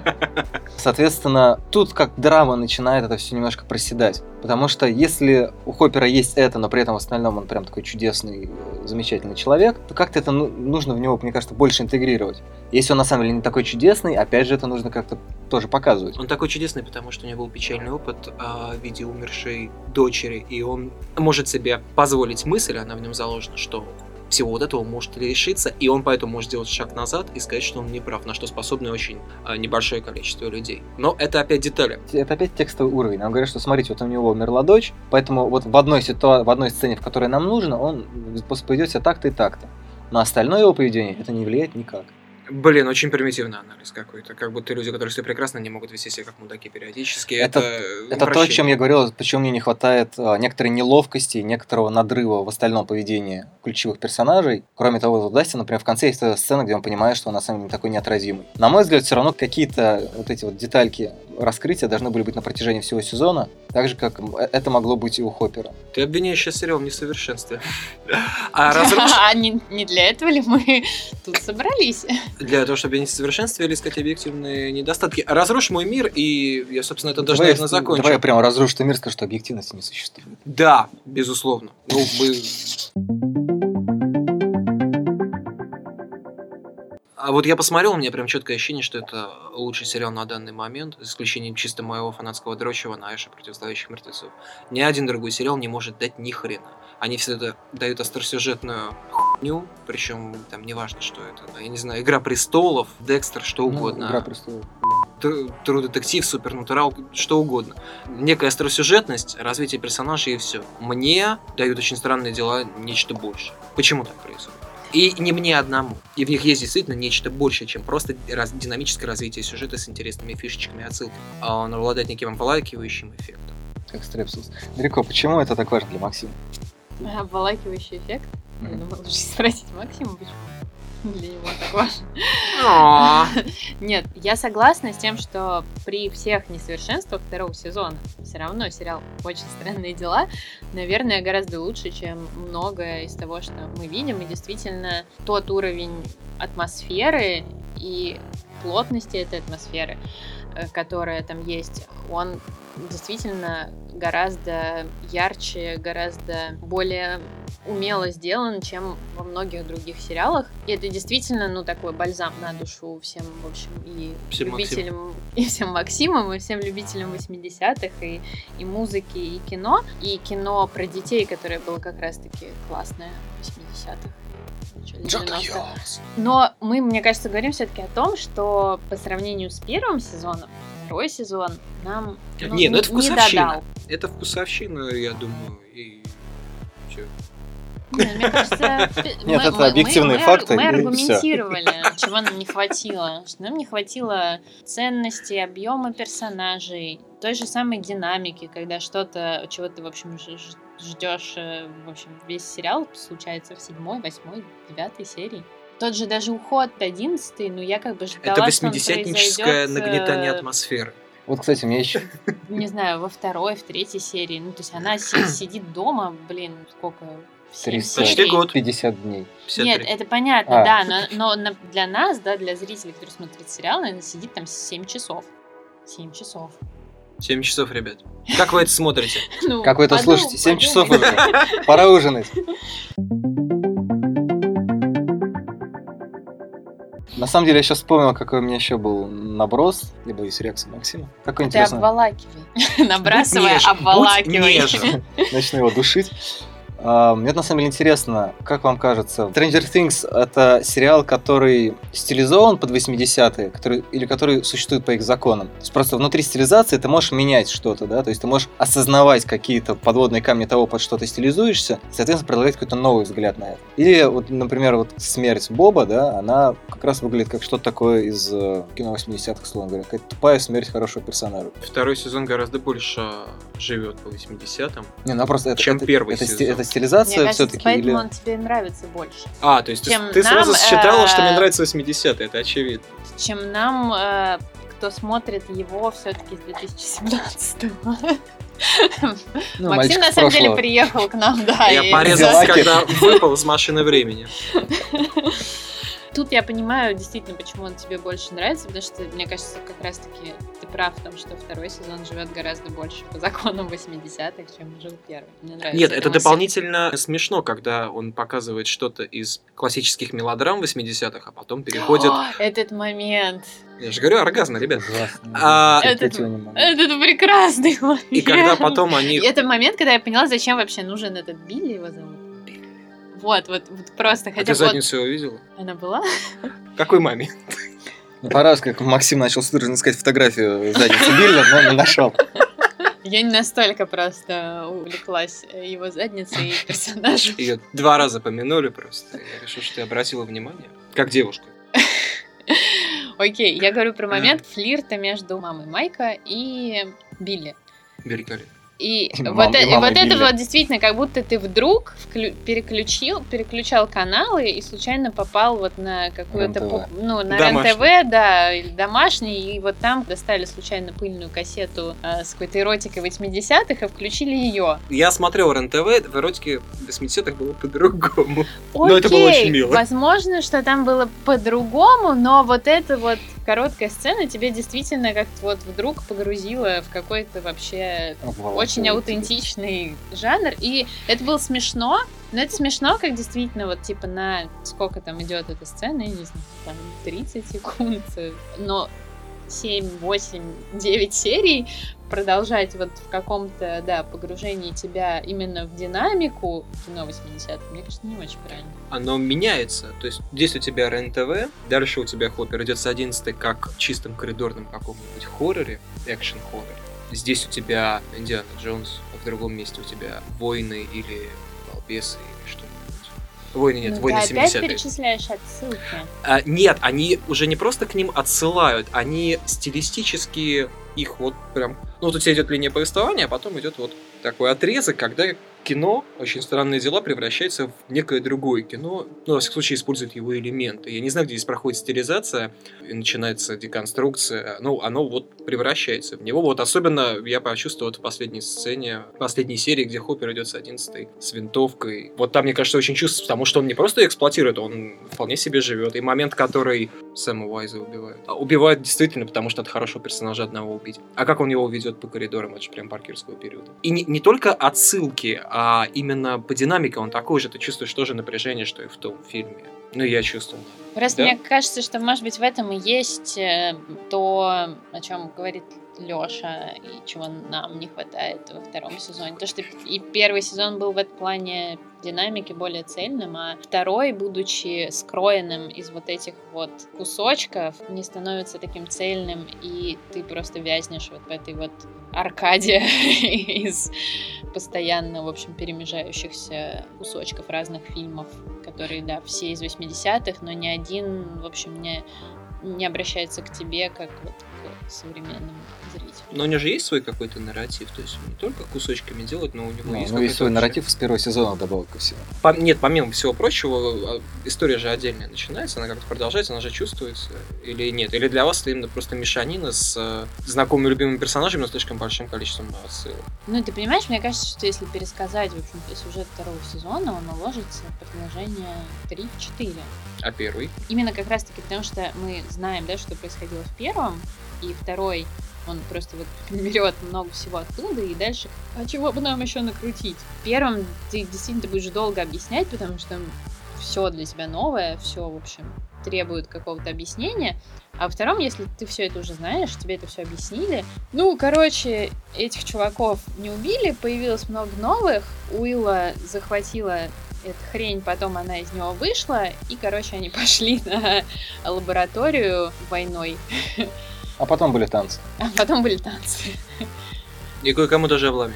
Соответственно, тут как драма начинает это все немножко проседать. Потому что если у Хоппера есть это, но при этом в остальном он прям такой чудесный, замечательный человек, то как-то это нужно в него, мне кажется, больше интегрировать. Если он на самом деле не такой чудесный, опять же, это нужно как-то тоже показывать. Он такой чудесный, потому что у него был печальный опыт в виде умершей дочери, и он может себе позволить мысль, она в нем заложена, что всего вот этого может лишиться, и он поэтому может сделать шаг назад и сказать, что он не прав, на что способны очень небольшое количество людей. Но это опять детали. Это опять текстовый уровень. Нам говорят, что смотрите, вот у него умерла дочь, поэтому вот в одной сцене, в которой нам нужно, он поведет себя так-то и так-то. На остальное его поведение это не влияет никак. Блин, очень примитивный анализ какой-то. Как будто люди, которые все прекрасно, не могут вести себя как мудаки периодически. Это то, о чем я говорил, почему мне не хватает некоторой неловкости, некоторого надрыва в остальном поведении ключевых персонажей. Кроме того, в Дасте, например, в конце есть сцена, где он понимает, что он на самом деле такой неотразимый. На мой взгляд, все равно какие-то вот эти вот детальки раскрытия должны были быть на протяжении всего сезона, так же, как это могло быть и у Хоппера. Ты обвиняешь сейчас сериал в несовершенстве. А не для этого ли мы тут собрались? Для того, чтобы не совершенствовали или искать объективные недостатки. Разрушь мой мир, и я, собственно, это даже, наверное, закончу. Давай я прямо разрушу твой мир, скажу, что объективности не существует. Да, безусловно. А вот я посмотрел, у меня прям четкое ощущение, что это лучший сериал на данный момент, за исключением чисто моего фанатского дрочева на Эша противостоящих мертвецов. Ни один другой сериал не может дать ни хрена. Они все это дают остросюжетную хуйню, причем там неважно, что это. Я не знаю, «Игра престолов», «Декстер», что угодно. «Игра престолов». True Detective, Супернатурал, что угодно. Некая остросюжетность, развитие персонажей и все. Мне дают «Очень странные дела» нечто больше. Почему так происходит? И не мне одному. И в них есть действительно нечто большее, чем просто динамическое развитие сюжета с интересными фишечками, отсылками. А он обладает неким обволакивающим эффектом. Как Стрепсус. Далеко, почему это так важно для Максима? Обволакивающий эффект? Я думала, лучше спросить Максима, почему для него так важно. Нет, я согласна с тем, что при всех несовершенствах второго сезона все равно сериал «Очень странные дела», наверное, гораздо лучше, чем многое из того, что мы видим. И действительно, тот уровень атмосферы и плотности этой атмосферы, которая там есть, он действительно гораздо ярче, гораздо более умело сделан, чем во многих других сериалах. И это действительно, такой бальзам на душу всем, в общем, и всем любителям, Максим. и всем Максимам, и всем любителям 80-х, и музыки, и кино. И кино про детей, которое было как раз-таки классное в 80-х. Но мы, мне кажется, говорим все-таки о том, что по сравнению с первым сезоном, второй сезон нам не додал. Это вкусовщина, я думаю, и чё? Мне кажется, нет, это объективные факты. Мы аргументировали, чего нам не хватило. Что нам не хватило ценности, объема персонажей, той же самой динамики, когда что-то, чего ты, в общем, ждешь, в общем, весь сериал случается в 7-й, 8-й, 9-й серии. Тот же даже уход 11-й, ну я как бы ждала, Это что он восьмидесятническое произойдет, нагнетание атмосферы. Вот, кстати, мне еще... не знаю, во 2-й, в 3-й серии. Ну, то есть она сидит дома, блин, сколько... 7 Почти серий. год. 50 дней. 53. Нет, это понятно, А. да, но для нас, да, для зрителей, которые смотрят сериал, наверное, сидит там 7 часов. 7 часов. 7 часов, ребят. Как вы это смотрите? Ну, Как вы это подумай, слушаете? 7 часов подумай. уже. Пора ужинать. На самом деле, я сейчас вспомнил, какой у меня еще был наброс, либо из реакции Максима. Какой Ты интересный. обволакивай. Набрасывай, нежен, будь обволакивай. нежен. Начну его душить. Мне на самом деле интересно, как вам кажется, Stranger Things — это сериал, который стилизован под 80-е, который существует по их законам. То есть просто внутри стилизации ты можешь менять что-то, да, то есть ты можешь осознавать какие-то подводные камни того, под что ты стилизуешься, и, соответственно, предлагать какой-то новый взгляд на это. Или, вот, например, вот смерть Боба, да, она как раз выглядит как что-то такое из кино 80-х, словно говоря, какая-то тупая смерть хорошего персонажа. Второй сезон гораздо больше живет по 80-м. Не, ну просто Чем первый сезон. это стилизация Мне кажется, все-таки поэтому или... он тебе нравится больше. То есть Чем ты сразу нам, считала, что мне нравится 80-е, это очевидно. Чем нам, кто смотрит его все-таки с 2017-го. Ну, Максим, мальчик на самом деле, прошлого. приехал к нам, да. Я и- порезался, Взяла когда выпал из машины времени. Тут я понимаю действительно, почему он тебе больше нравится, потому что, мне кажется, как раз-таки ты прав в том, что второй сезон живет гораздо больше по законам 80-х, чем жил первый. Мне нравится. Нет, эта это мысль. дополнительно смешно, когда он показывает что-то из классических мелодрам 80-х, а потом переходит... О, этот момент. Я же говорю, оргазм, ребят. Ужасно. Этот- Терпеть его не могу. Это прекрасный момент. И когда потом они... Это момент, когда я поняла, зачем вообще нужен этот Билли, его зовут. Вот просто. А Хотя ты вот задницу его видела? она была. Какой маме? Ну, пора, как Максим начал судорожно искать фотографию задницы Билли, но не нашел. Я не настолько просто увлеклась его задницей и персонажем. Ее 2 раза помянули просто. Я решил, что ты обратила внимание. Как девушка. Окей, я говорю про момент флирта между мамой Майка и Билли. Великолепно. И Мама вот это Билли. вот действительно, как будто ты вдруг переключал каналы и случайно попал вот на какую-то, РЕН-ТВ. на Домашний. РЕН-ТВ, да, или домашний, и вот там достали случайно пыльную кассету с какой-то эротикой 80-х и включили ее. Я смотрел РЕН-ТВ, в эротике 80-х было по-другому. Но это было очень мило. Возможно, что там было по-другому, но вот эта вот короткая сцена тебе действительно как-то вот вдруг погрузила в какой-то вообще очень аутентичный жанр, и это было смешно, но это смешно, как действительно вот типа на сколько там идет эта сцена, я не знаю, там 30 секунд, но 7, 8, 9 серий продолжать вот в каком-то, да, погружении тебя именно в динамику кино 80-х, мне кажется, не очень правильно. Оно меняется. То есть здесь у тебя РЕН-ТВ, дальше у тебя Хоппер идет с 11 как в чистом коридорном каком-нибудь хорроре, экшен-хорроре. Здесь у тебя Индиана Джонс, а в другом месте у тебя Войны или Балбесы или что-нибудь. Войны нет, Ну, Войны ты опять 70-е. перечисляешь отсылки. Нет, они уже не просто к ним отсылают, они стилистически их вот прям... Ну, вот у тебя идет линия повествования, а потом идет вот такой отрезок, когда кино «Очень странные дела» превращается в некое другое кино, ну, во всяком случае, использует его элементы. Я не знаю, где здесь проходит стилизация и начинается деконструкция, ну, оно вот превращается в него. Вот особенно я почувствовал это в последней сцене, в последней серии, где Хоппер идет с 11-й, с винтовкой. Вот там, мне кажется, очень чувствуется, потому что он не просто эксплуатирует, он вполне себе живет. И момент, который Сэма Уайза убивает. Убивает действительно, потому что от хорошего персонажа одного убить. А как он его ведет по коридорам, это же прям паркерского периода. И не только отсылки, а именно по динамике он такой же. Ты чувствуешь тоже напряжение, что и в том фильме. Ну, я чувствовал. Просто Да? мне кажется, что, может быть, в этом и есть то, о чем говорит Лёша, и чего нам не хватает во втором сезоне. То, что и первый сезон был в этом плане динамики более цельным, а второй, будучи скроенным из вот этих вот кусочков, не становится таким цельным, и ты просто вязнешь вот в этой вот аркаде из постоянно, в общем, перемежающихся кусочков разных фильмов, которые, да, все из 80-х, но ни один, в общем, не обращается к тебе, как вот к современному зрителю. Но у него же есть свой какой-то нарратив, то есть он не только кусочками делает, но у него есть есть свой нарратив с первого сезона добавок ко всему. Нет, помимо всего прочего, история же отдельная начинается, она как-то продолжается, она же чувствуется или нет? Или для вас это именно просто мешанина с знакомыми любимыми персонажами, но слишком большим количеством отсылок? Ну, ты понимаешь, мне кажется, что если пересказать, в общем-то, сюжет второго сезона, он уложится в предложение 3-4. А первый? Именно как раз-таки потому, что мы знаем, да, что происходило в первом, и второй, он просто вот берет много всего оттуда, и дальше, а чего бы нам еще накрутить? В первом ты действительно будешь долго объяснять, потому что все для тебя новое, все, в общем, требует какого-то объяснения. А во втором, если ты все это уже знаешь, тебе это все объяснили, ну, короче, этих чуваков не убили, появилось много новых, Уилла захватила эта хрень, потом она из него вышла, и, короче, они пошли на лабораторию войной. А потом были танцы. А потом были танцы. И кое-кому даже обломилось.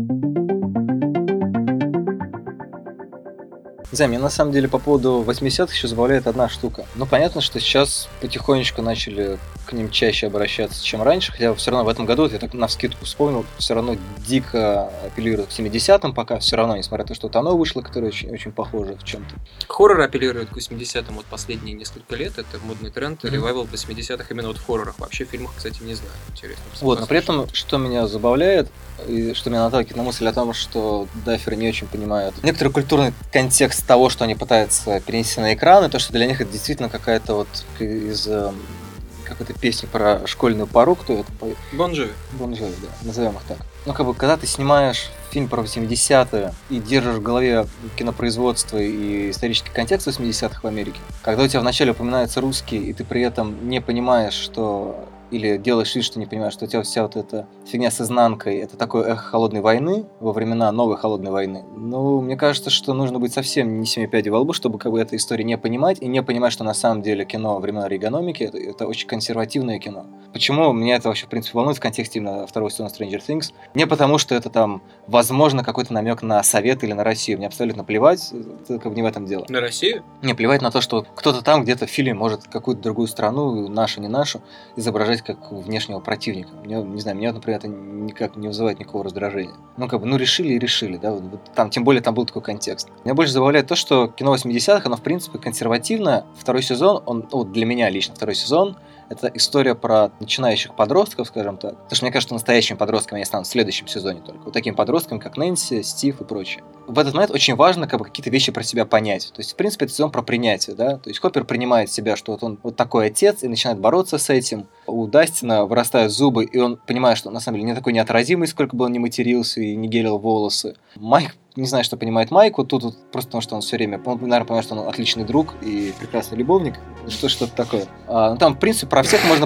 Не знаю, меня на самом деле по поводу 80-х еще забавляет одна штука. Ну, понятно, что сейчас потихонечку начали к ним чаще обращаться, чем раньше, хотя все равно в этом году, вот я так навскидку вспомнил, все равно дико апеллируют к 70-м пока, все равно, несмотря на то, что вот оно вышло, которое очень, очень похоже в чем-то. Хоррор апеллирует к 80-м вот последние несколько лет, это модный тренд, ревайвал 80-х именно вот в хоррорах. Вообще в фильмах, кстати, не знаю, интересно. Вот, но при этом, что меня забавляет, и что меня наталкивает на мысль о том, что даферы не очень понимают некоторый культурный контекст того, что они пытаются перенести на экран, и то, что для них это действительно какая-то вот из какой-то песни про школьную пару, кто это поет? Бон Джови. Бон Джови, да, назовем их так. Ну, как бы, когда ты снимаешь фильм про 80-е и держишь в голове кинопроизводство и исторический контекст 80-х в Америке, когда у тебя вначале упоминается русский, и ты при этом не понимаешь, что... или делаешь вид, что не понимаешь, что у тебя вся вот эта фигня с изнанкой, это такое эхо холодной войны во времена новой холодной войны. Ну, мне кажется, что нужно быть совсем не 7 пядей во лбу, чтобы как бы эту историю не понимать, и не понимать, что на самом деле кино времен Рейгономики это очень консервативное кино. Почему меня это вообще, в принципе, волнует в контексте именно второго сезона Stranger Things? Не потому, что это там, возможно, какой-то намек на Совет или на Россию. Мне абсолютно плевать, это как бы не в этом дело. На Россию? Не, плевать на то, что кто-то там где-то в фильме может какую-то другую страну, нашу, не нашу, изображать как внешнего противника. Не знаю, меня, например, это никак не вызывает никакого раздражения. Ну, как бы, ну, решили и решили, да, вот там, тем более там был такой контекст. Меня больше забавляет то, что кино 80-х, оно, в принципе, консервативно. Второй сезон, он, вот для меня лично второй сезон, это история про начинающих подростков, скажем так. Потому что мне кажется, что настоящими подростками они станут в следующем сезоне только. Вот такими подростками, как Нэнси, Стив и прочее. В этот момент очень важно как бы какие-то вещи про себя понять. То есть, в принципе, это сезон про принятие, да. То есть Хоппер принимает себя, что вот он вот такой отец, и начинает бороться с этим. У Дастина вырастают зубы, и он понимает, что он на самом деле не такой неотразимый, сколько бы он ни матерился и не гелил волосы. Майк не знаю, что понимает Майк, вот тут вот, просто потому, что он все время, наверное, понимает, что он отличный друг и прекрасный любовник, что-то такое. Ну, там, в принципе, про всех можно...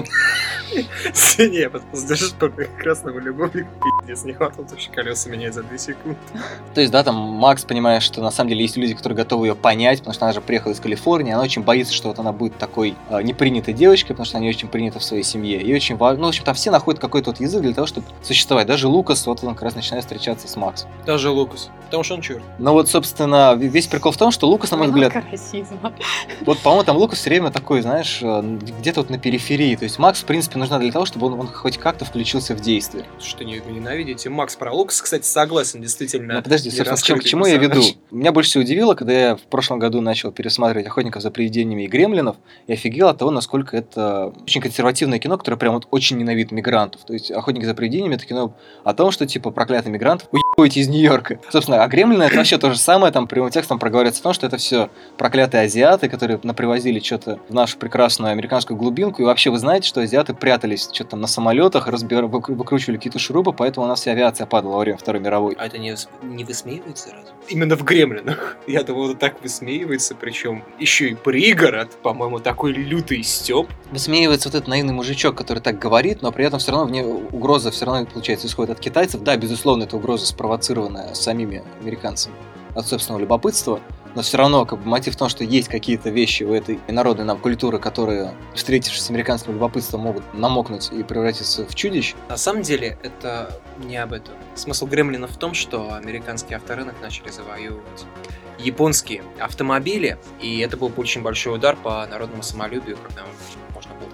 Не, я даже про прекрасного любовника, пиздец, не хватало, потому что колеса меняют за 2 секунды. То есть, да, там Макс понимает, что на самом деле есть люди, которые готовы ее понять, потому что она же приехала из Калифорнии, она очень боится, что вот она будет такой непринятой девочкой, потому что она не очень принята в своей семье. И очень важно, ну, в общем, там все находят какой-то вот язык для того, чтобы существовать. Даже Лукас, вот он как раз начинает встречаться с Максом. Даже Лукас. Потому что он черт. Ну вот, собственно, весь прикол в том, что Лукас, на мой взгляд... Вот, по-моему, там Лукас все время такой, знаешь, где-то вот на периферии. То есть Макс, в принципе, нужна для того, чтобы он хоть как-то включился в действие. Что не ненавидите? Макс про Лукас, кстати, согласен, действительно. Ну подожди, собственно, к чему я веду? Меня больше всего удивило, когда я в прошлом году начал пересматривать «Охотников за привидениями» и «Гремлинов», я офигел от того, насколько это очень консервативное кино, которое прям вот очень ненавидит мигрантов. То есть «Охотники за привидениями» — это кино о том, что, типа, проклятый мигрант уебываете из Нью-Йорка. Собственно, а «Гремлины» — это вообще то же самое, там прямым текстом проговаривается о том, что это все проклятые азиаты, которые напривозили что-то в нашу прекрасную американскую глубинку, и вообще вы знаете, что азиаты прятались что-то на самолетах, выкручивали какие-то шурупы, поэтому у нас вся авиация падала во время Второй мировой. А это не высмеивается разве? Именно в «Гремлинах». Я думал, это так высмеивается, причем еще и пригород, по-моему, такой лютый стёб. Высмеивается вот этот наивный мужичок, который так говорит, но при этом все равно в ней угроза все равно, получается, исходит от китайцев. Да, безусловно, это угроза спровоцированная самими американцами от собственного любопытства, но все равно как бы мотив в том, что есть какие-то вещи у этой народной нам культуры, которые, встретившись с американским любопытством, могут намокнуть и превратиться в чудищ. На самом деле, это не об этом. Смысл «Гремлинов» в том, что американский авторынок начали завоевывать японские автомобили, и это был очень большой удар по народному самолюбию, когда можно было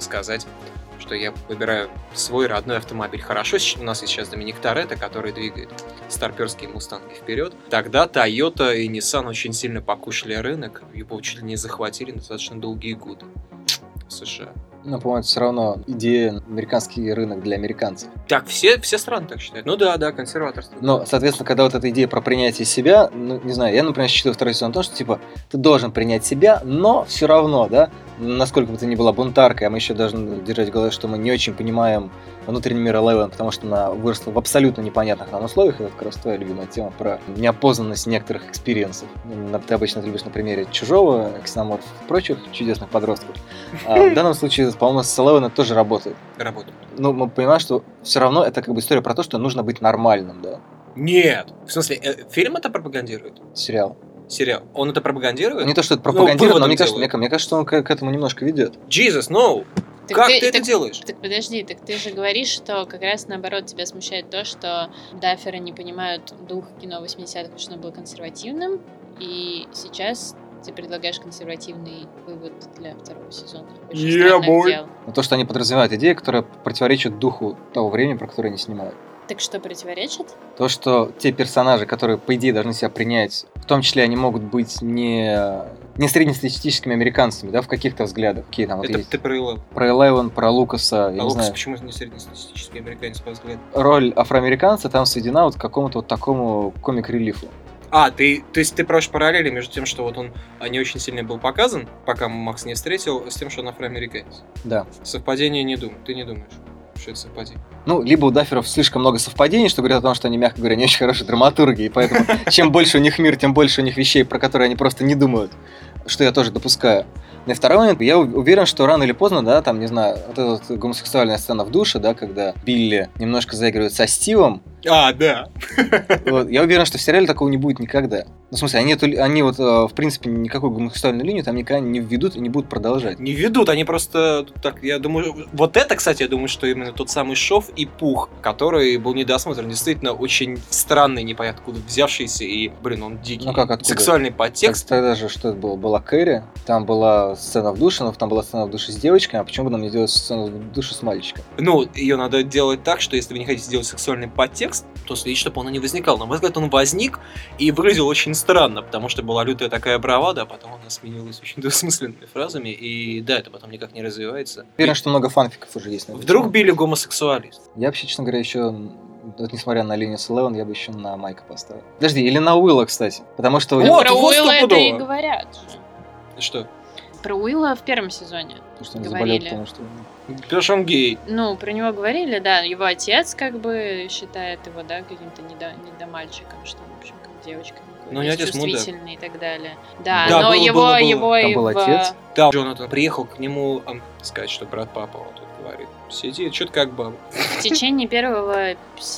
сказать, что я выбираю свой родной автомобиль. Хорошо, у нас есть сейчас Доминик Торетто, который двигает старперские мустанги вперед. Тогда Toyota и Nissan очень сильно покушали рынок, его чуть ли не захватили на достаточно долгие годы в США. Ну, по-моему, это все равно идея американский рынок для американцев. Так, все страны так считают. Ну да, консерваторство. Но, соответственно, когда вот эта идея про принятие себя, ну, не знаю, я, например, считаю второй сезон о том, что, типа, ты должен принять себя, но все равно, да, насколько бы ты ни была бунтаркой, а мы еще должны держать в голове, что мы не очень понимаем внутренний мир Элевен, потому что она выросла в абсолютно непонятных нам условиях. Это как раз твоя любимая тема про неопознанность некоторых экспириенсов. Ты обычно это любишь на примере Чужого, Ксеноморф и прочих чудесных подростков. А в данном случае, по-моему, с Элевен это тоже работает. Работает. Ну, мы понимаем, что все равно это как бы история про то, что нужно быть нормальным, да. Нет! В смысле, фильм это пропагандирует? Сериал. Сериал. Он это пропагандирует? Не то, что это пропагандирует, но мне делает. кажется, что он к этому немножко ведет. Jesus, no! Как ты это делаешь? Так подожди, так ты же говоришь, что как раз наоборот тебя смущает то, что дафферы не понимают дух кино 80-х, что оно было консервативным, и сейчас ты предлагаешь консервативный вывод для второго сезона. Очень странное дело. Но то, что они подразумевают идеи, которые противоречат духу того времени, про которое они снимают. Так что противоречит? То, что те персонажи, которые, по идее, должны себя принять, в том числе они могут быть не среднестатистическими американцами, да, в каких-то взглядах. Какие там вот Это есть. ты про Элевен. Про Элевен, про Лукаса, я не Лукас знаю. почему не среднестатистический американец, по взгляду? Роль афроамериканца там сведена вот к какому-то вот такому комик-релифу. То есть ты проводишь параллели между тем, что вот он не очень сильно был показан, пока Макс не встретил, с тем, что он афроамериканец. Да. Совпадение не думаю. Ты не думаешь, что это совпадение? Ну, либо у дафферов слишком много совпадений, что говорит о том, что они, мягко говоря, не очень хорошие драматурги, и поэтому чем больше у них мир, тем больше у них вещей, про которые они просто не думают, что я тоже допускаю. Но и второй момент, я уверен, что рано или поздно, да, там, не знаю, вот эта вот гомосексуальная сцена в душе, да, когда Билли немножко заигрывает со Стивом. Да. Вот, я уверен, что в сериале такого не будет никогда. Ну, в смысле, они вот, в принципе, никакую гомосексуальную линию там никогда не введут и не будут продолжать. Не ведут, они просто так, я думаю, вот это, кстати, я думаю, что именно тот самый шов и пух, который был недосмотрен, действительно очень странный, непонятно откуда взявшийся, и, он дикий. Ну, как откуда? Сексуальный подтекст. Тогда же что это было? Была Кэрри, там была сцена в душе, но там была сцена в душе с девочкой, а почему бы нам не делать сцену в душе с мальчиком? Ну, ее надо делать так, что если вы не хотите сделать сексуальный подтекст, то следите, чтобы он не возникал. На мой взгляд, он возник и выглядел очень странно, потому что была лютая такая бравада, а потом она сменилась очень двусмысленными фразами, и да, это потом никак не развивается. Уверен, что много фанфиков уже есть. Вдруг Билли гомосексуалист? Я вообще, честно говоря, еще, вот, несмотря на линию с Элевен, я бы еще на Майка поставил. Подожди, или на Уилла, кстати. Потому что... Вот, про Уилла это стопудово. и говорят же. Что? Про Уилла в первом сезоне Потому что он говорили. заболел, потому что... Потому что он гей. Ну, про него говорили, да. Его отец как бы считает его, да, каким-то недомальчиком, что он, в общем, как девочка. Ну, не отец, чувствительный и так далее. Да, Да, но было. его Там и был в... отец. Да, Джонатан приехал к нему сказать, что брат папа вот тут говорит. Сидит, что-то как баба. В течение первого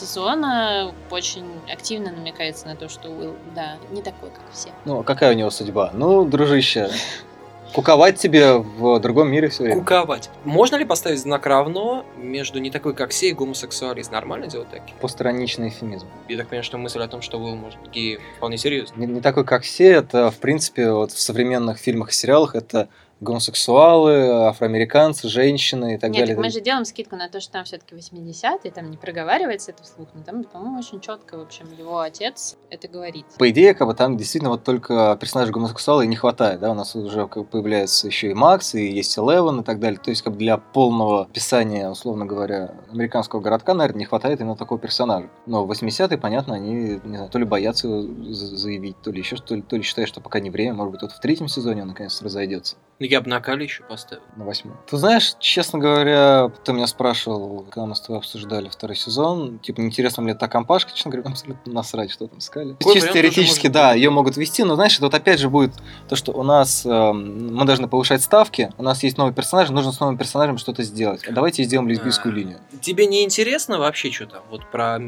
сезона очень активно намекается на то, что Уилл, да, не такой, как все. Ну, какая у него судьба? Ну, дружище, куковать тебе в другом мире все время. Куковать. Можно ли поставить знак равно между не такой, как все, и гомосексуалист? Нормально делать так? Постраничный эфемизм. Я так понимаю, что мысль о том, что Уилл может быть геем, вполне серьезно. Не такой, как все, это, в принципе, вот в современных фильмах и сериалах это гомосексуалы, афроамериканцы, женщины и так Нет, далее. так мы же делаем скидку на то, что там все-таки 80-е, там не проговаривается это вслух, но там, по-моему, очень четко, в общем, его отец это говорит. По идее, как бы там действительно вот только персонажа гомосексуала и не хватает, да, у нас уже как бы появляется еще и Макс, и есть Элевен и так далее, то есть как бы для полного описания, условно говоря, американского городка, наверное, не хватает именно такого персонажа. Но в 80-е, понятно, они, не знаю, то ли боятся его заявить, то ли еще что-то, то ли считают, что пока не время, может быть, вот в третьем сезоне он наконец разойдется. Я бы на Кали еще поставил. На 8. Ты знаешь, честно говоря, ты меня спрашивал, когда мы с тобой обсуждали второй сезон, типа, интересно ли та компашка, честно говоря, абсолютно насрать, что там сказали. Чисто теоретически, да, ее могут вести, но, знаешь, это вот опять же будет то, что у нас, мы должны повышать ставки, у нас есть новый персонаж, нужно с новым персонажем что-то сделать. Давайте сделаем лесбийскую линию. Тебе не интересно вообще что там вот про мир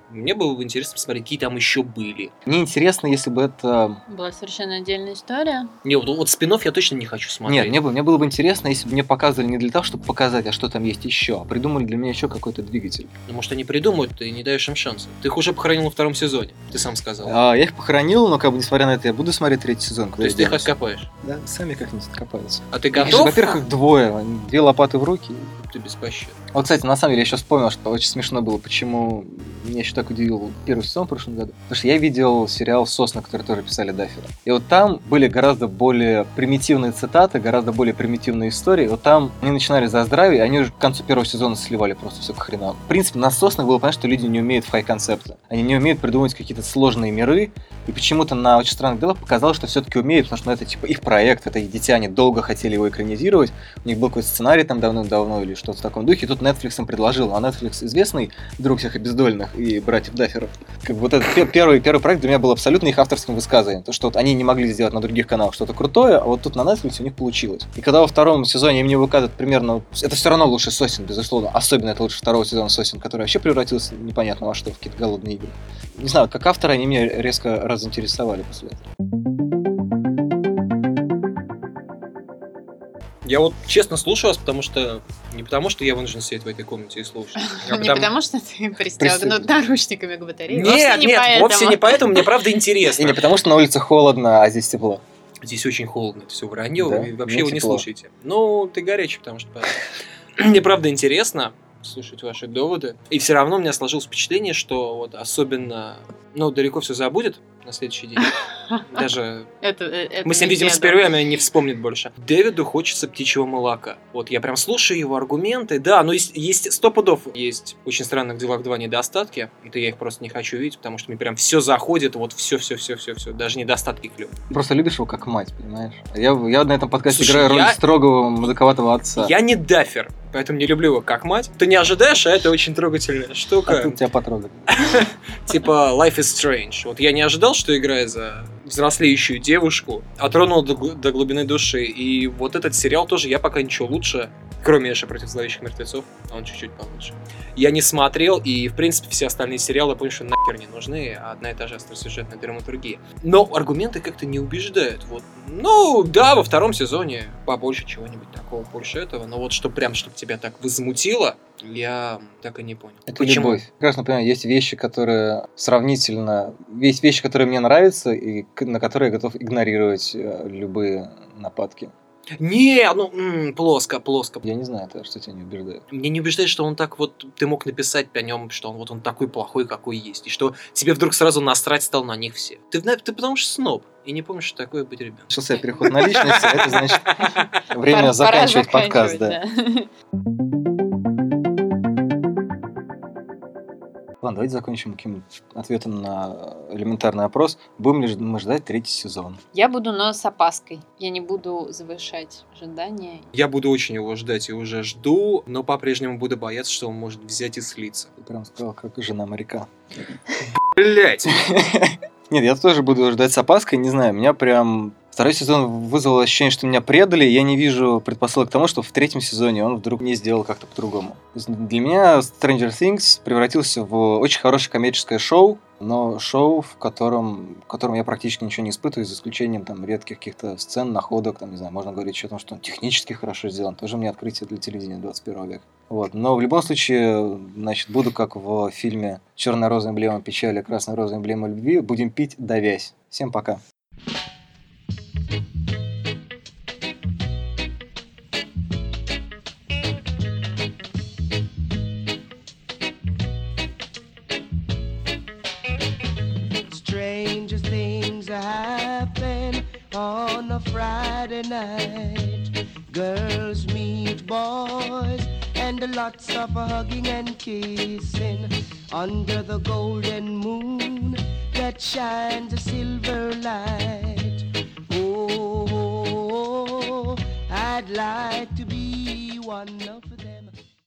Мне было бы интересно посмотреть, какие там еще были. Мне интересно, если бы это... Была совершенно отдельная история. Не, вот спин-офф я точно не хочу смотреть. Нет, мне было бы интересно, если бы мне показывали не для того, чтобы показать, а что там есть еще, а придумали для меня еще какой-то двигатель. Ну, может, они придумают, ты не даешь им шанса. Ты их уже похоронил во втором сезоне, ты сам сказал. Я их похоронил, но, как бы, несмотря на это, я буду смотреть третий сезон. То есть ты их откопаешь? Да, сами как-нибудь откопаются. А ты Их же, готов? во-первых, их двое, 2 лопаты в руки. Ты беспощаден. Вот, кстати, на самом деле, я сейчас вспомнил, что очень смешно было, почему меня еще так удивил первый сезон в прошлом году. Потому что я видел сериал «Сосны», который тоже писали Дафферы. И вот там были гораздо более примитивные цитаты, гораздо более примитивные истории. Вот там они начинали за здравие, они уже к концу первого сезона сливали просто все к хренам. В принципе, на «Соснах» было понятно, что люди не умеют в хай-концепты. Они не умеют придумывать какие-то сложные миры. И почему-то на «Очень странных делах» показалось, что все-таки умеют, потому что это типа их проект, это их дитя, они долго хотели его экранизировать. У них был какой-то сценарий там давно-давно или что-то в таком духе. И тут Netflix им предложил. А Netflix известный друг всех обездоленных и братьев Дафферов. Как бы вот этот первый проект для меня был абсолютно их авторским высказыванием. То, что вот они не могли сделать на других каналах что-то крутое, а вот тут на Netflix у них получилось. И когда во втором сезоне им не выкатывают примерно... Это все равно лучше «Сосен», безусловно. Особенно это лучше второго сезона «Сосен», который вообще превратился непонятно во что, в какие-то голодные игры. Не знаю, как авторы они меня резко разинтересовали после этого. Я вот честно слушаю вас, потому что... Не потому, что я вынужден сидеть в этой комнате и слушать. Не потому, что ты пристегнут наручниками к батарее. Нет, вовсе не поэтому. Мне правда интересно. И не потому, что на улице холодно, а здесь тепло. Здесь очень холодно, это все вранье, Да, вы вообще его не тепло. слушаете. Ну, ты горячий, потому что... Мне правда интересно слушать ваши доводы. И все равно у меня сложилось впечатление, что вот особенно... Ну, далеко все забудет на следующий день. Даже... Мы с ним видимся впервые, а меня не вспомнит больше. Дэвиду хочется птичьего молока. Вот я прям слушаю его аргументы. Да, но есть 100 пудов. Есть в «Очень странных делах» 2 недостатки. Это я их просто не хочу видеть, потому что мне прям все заходит. Вот все. Даже недостатки клёвые. Просто любишь его как мать, понимаешь? Я на этом подкасте Слушай, играю роль строгого, мудаковатого отца. Я не даффер, поэтому не люблю его как мать. Ты не ожидаешь, а это очень трогательная штука. А тут тебя потрогали. Типа Life is Strange. Вот я не ожидал, что, играя за взрослеющую девушку, отронул до глубины души. И вот этот сериал тоже я пока ничего лучше, кроме Эша против зловещих мертвецов, он чуть-чуть получше. Я не смотрел, и в принципе все остальные сериалы, я понял, что нахер не нужны, а одна и та же остросюжетная драматургия. Но аргументы как-то не убеждают. Вот. Ну, да, во втором сезоне побольше чего-нибудь такого, больше этого. Но вот чтобы тебя так возмутило, я так и не понял. Это почему? любовь. Прекрасно понимаю, есть вещи, которые сравнительно... Есть вещи, которые мне нравятся, и на которые я готов игнорировать любые нападки. Не, плоско. Я не знаю, что тебя не убеждает. Мне не убеждает, что он так вот... Ты мог написать о нем, что он такой плохой, какой есть. И что тебе вдруг сразу насрать стал на них все. Ты потому что сноб. И не помнишь, что такое быть ребенком. Начался переход на личность, а это значит время заканчивать подкаст. Да. Ладно, давайте закончим каким-то ответом на элементарный опрос. Будем ли мы ждать третий сезон? Я буду, но с опаской. Я не буду завышать ожидания. Я буду очень его ждать и уже жду, но по-прежнему буду бояться, что он может взять и слиться. Ты прям сказал, как жена моряка. Блять! Нет, я тоже буду ждать с опаской, не знаю, меня прям... Второй сезон вызвал ощущение, что меня предали, и я не вижу предпосылок к тому, что в третьем сезоне он вдруг не сделал как-то по-другому. Для меня Stranger Things превратился в очень хорошее коммерческое шоу, но шоу, в котором я практически ничего не испытываю, за исключением там редких каких-то сцен, находок, там, не знаю, можно говорить еще о том, что он технически хорошо сделан, тоже мне открытие для телевидения 21 века. Вот. Но в любом случае, значит, буду как в фильме «Черная роза эмблема печали, красная роза эмблема любви», будем пить давясь. Всем пока. On a Friday night, girls meet boys and lots of hugging and kissing under the golden moon that shines a silver light. Oh, I'd like to be one of